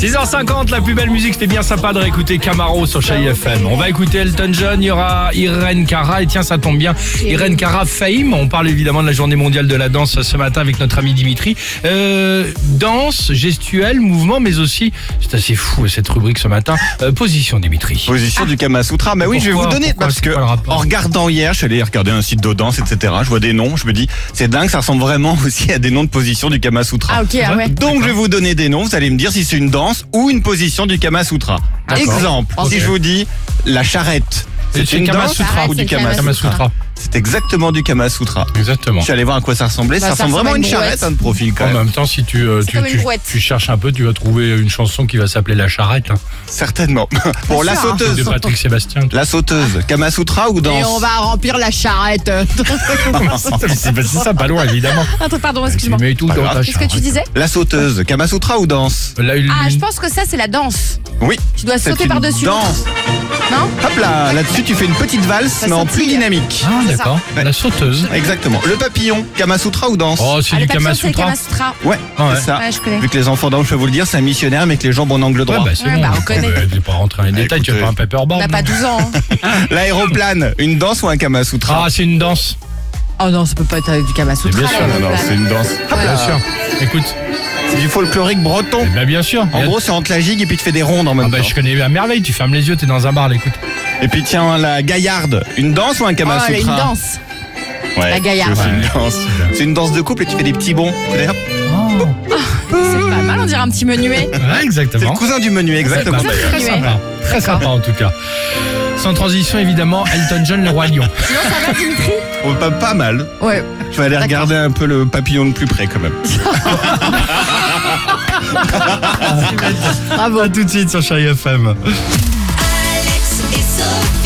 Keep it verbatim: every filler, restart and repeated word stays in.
six heures cinquante, la plus belle musique, c'était bien sympa de réécouter Camaro sur Chai F M. On va écouter Elton John, il y aura Irene Cara, et tiens, ça tombe bien, Irene Cara Fame. On parle évidemment de la journée mondiale de la danse ce matin avec notre ami Dimitri. Euh, danse, gestuelle, mouvement, mais aussi, c'est assez fou cette rubrique ce matin, euh, position Dimitri. Position ah. du Kama Sutra. Bah oui, je vais vous donner, pourquoi, parce que en regardant hier, je suis allé regarder un site de danse, et cetera. Je vois des noms, je me dis, c'est dingue, ça ressemble vraiment aussi à des noms de position du Kama Sutra. Ah ok, ah ouais. Donc je vais vous donner des noms, vous allez me dire si c'est une danse ou une position du Kama Sutra. D'accord. Exemple, Okay. si je vous dis la charrette, c'est c'est une Kama danse Sutra ou du Kama Kama Sutra. Sutra. C'est exactement du Kama Sutra. Exactement. Je suis allé voir à quoi ça ressemblait. Bah, ça, ça ressemble vraiment à une ressemble à une charrette, hein, de profil quand En même. même temps, si tu, euh, tu, comme une tu, brouette. tu cherches un peu, tu vas trouver une chanson qui va s'appeler La Charrette. Hein. Certainement. Bon, la sûr, hein. De sauteuse. Patrick Sébastien. La sauteuse. Kama Sutra ou danse? Et on va remplir la charrette. c'est c'est ça, pas loin, évidemment. Attends, pardon, Tu excuse-moi. mets tout Pas dans grave. ta Qu'est-ce que tu charrette. disais? La sauteuse. Kama Sutra ou danse? Là, une- Ah, je pense que ça, c'est la danse. Oui. Tu dois C'est sauter une par-dessus. danse. Non? Hop là, là-dessus tu fais une petite valse, Ça mais en plus sautille. dynamique. Ah, C'est d'accord. ça. La sauteuse. Exactement. Le papillon, Kama Sutra ou danse? Oh, c'est Ah, du le papillon, Kama c'est le Sutra. Kama Sutra. Ouais, Ah ouais. c'est ça. Ouais, je connais. Vu que les enfants dansent, je vais vous le dire, c'est un missionnaire, mais avec les jambes en angle Ouais, droit. bah c'est Ouais, bon. bah, on connaît. Ouais, je vais pas rentrer dans les détails, tu veux écoutez. pas un paperboard. On n'a pas non douze ans. hein. L'aéroplane, une danse ou un Kama Sutra? Ah, c'est une danse. Oh non, ça peut pas être avec du Kama Sutra. bien sûr, là, non, non, là. c'est une danse. Hop Bien là. sûr. Écoute, C'est du folklorique breton. bah bien sûr. Il En y a- gros, c'est entre la gigue et puis tu fais des rondes en Ah même bah temps. je connais à merveille, tu fermes les yeux, t'es dans un bar là, écoute. Et puis tiens, la gaillarde, une danse ou un Oh, Kama elle a Sutra? une danse. Ouais, La gaillarde. C'est une Ouais. danse. C'est une danse de couple et tu fais des petits bonds. Vous savez, hop. C'est pas mal, on dirait un petit menuet. Ouais, C'est exactement. le cousin du menuet, exactement. C'est le cousin Très du sympa. Très sympa en tout cas. Sans transition évidemment, Elton John, le roi lion. Sinon, ça va, Dimitri? Oh, pas, pas mal. Ouais. Je vais aller D'accord. regarder un peu le papillon de plus près quand même. Bravo. À tout de suite sur Chai F M. Alex et Sophie.